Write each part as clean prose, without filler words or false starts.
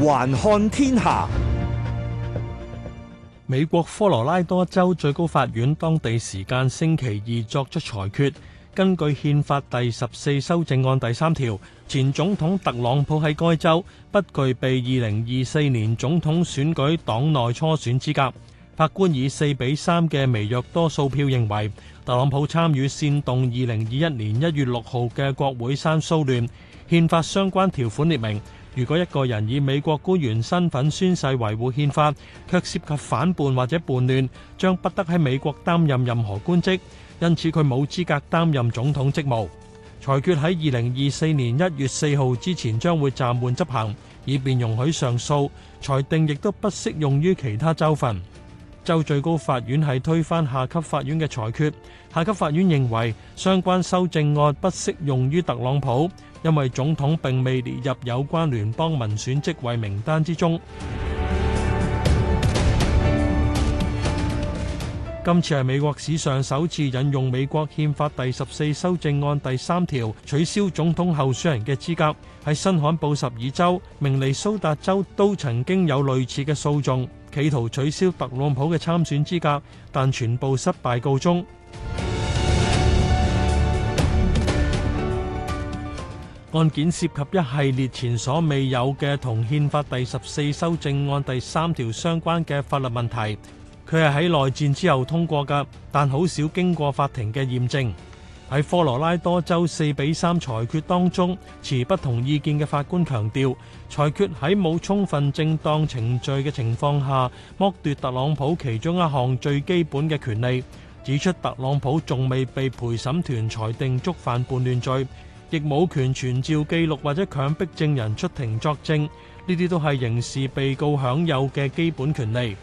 環看天下。 美國科羅拉多州最高法院當地時間星期二作出裁決，根據憲法第14修正案第3條，前總統特朗普喺該州不具備2024年總統選舉黨內初選資格。法官以4-3嘅微弱多數票認為，特朗普參與煽動2021年1月6號嘅國會山騷亂。憲法相關條款列明，如果一個人以美國官員身份宣誓維護憲法，卻涉及反叛或者叛亂，將不得喺美國擔任任何官職，因此佢冇資格擔任總統職務。裁決喺2024年1月4號之前將會暫緩執行，以便容許上訴。裁定亦都不適用於其他州份。州最高法院係推翻下級法院嘅裁決，下級法院認為相關修正案不適用於特朗普，因為總統並未列入有關聯邦民選職位名單之中。今次係美國史上首次引用美國憲法第14修正案第3條取消總統候選人嘅資格。喺新罕布什爾州、明尼蘇達州都曾經有類似嘅訴訟，企圖取消特朗普嘅參選資格，但全部失敗告終。案件涉及一系列前所未有嘅同憲法第14修正案第3條相關嘅法律問題。佢係喺內戰之後通過㗎，但好少經過法庭嘅驗證。喺科羅拉多州4-3裁決當中，持不同意見嘅法官強調，裁決喺冇充分正當程序嘅情況下，剝奪特朗普其中一項最基本嘅權利，指出特朗普仲未被陪審團裁定觸犯叛亂罪，亦冇權傳召記錄或者強迫證人出庭作證，呢啲都係刑事被告享有嘅基本權利。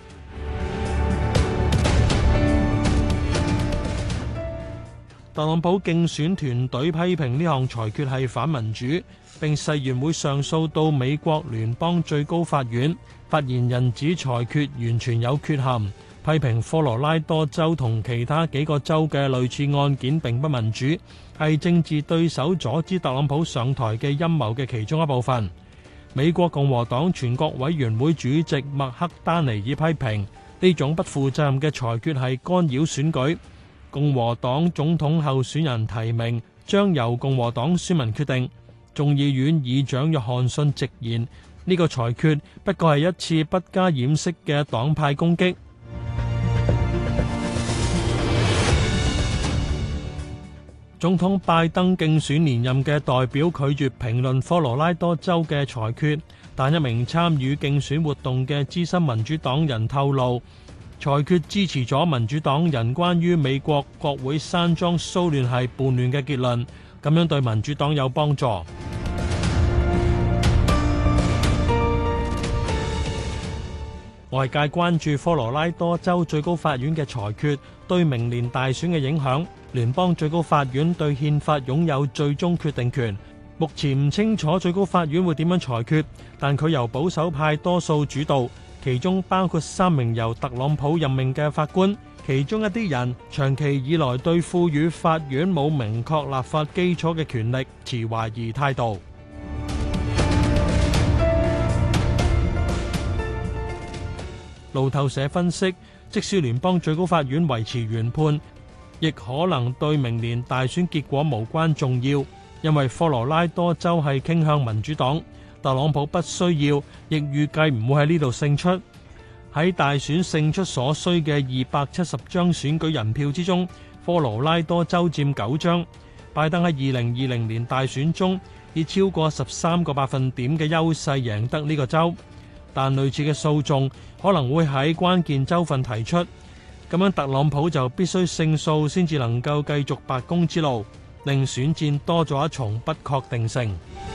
特朗普競選團隊批評呢項裁決係反民主，並誓言會上訴到美國聯邦最高法院。發言人指裁決完全有缺陷，批評科羅拉多州同其他幾個州嘅類似案件並不民主，係政治對手阻止特朗普上台嘅陰謀嘅其中一部分。美國共和黨全國委員會主席麥克丹尼爾批評呢種不負責任嘅裁決係干擾選舉。共和黨總統候選人提名將由共和黨選民決定。眾議院議長約翰遜直言，呢個裁決不過係一次不加掩飾嘅黨派攻擊。總統拜登競選連任嘅代表拒絕評論科羅拉多州嘅裁決，但一名參與競選活動嘅資深民主黨人透露，裁決支持咗民主黨人關於美國國會山莊騷亂係叛亂嘅結論，咁樣對民主黨有幫助。外界關注科羅拉多州最高法院嘅裁決對明年大選嘅影響。聯邦最高法院對憲法擁有最終決定權，目前唔清楚最高法院會點樣裁決，但佢由保守派多數主導，其中包括3名由特朗普任命嘅法官，其中一啲人長期以來對賦予法院冇明確立法基礎嘅權力持懷疑態度。路透社分析，即使聯邦最高法院維持原判，亦可能對明年大選結果無關重要，因為科羅拉多州係傾向民主黨，特朗普不需要，亦預計唔會喺呢度勝出。喺大選勝出所需嘅270張選舉人票之中，科羅拉多州佔9張。拜登喺2020年大選中以超過13個百分點嘅優勢贏得呢個州，但類似嘅訴訟可能會喺關鍵州份提出。咁樣特朗普就必須勝訴先至能夠繼續白宮之路，令選戰多咗一重不確定性。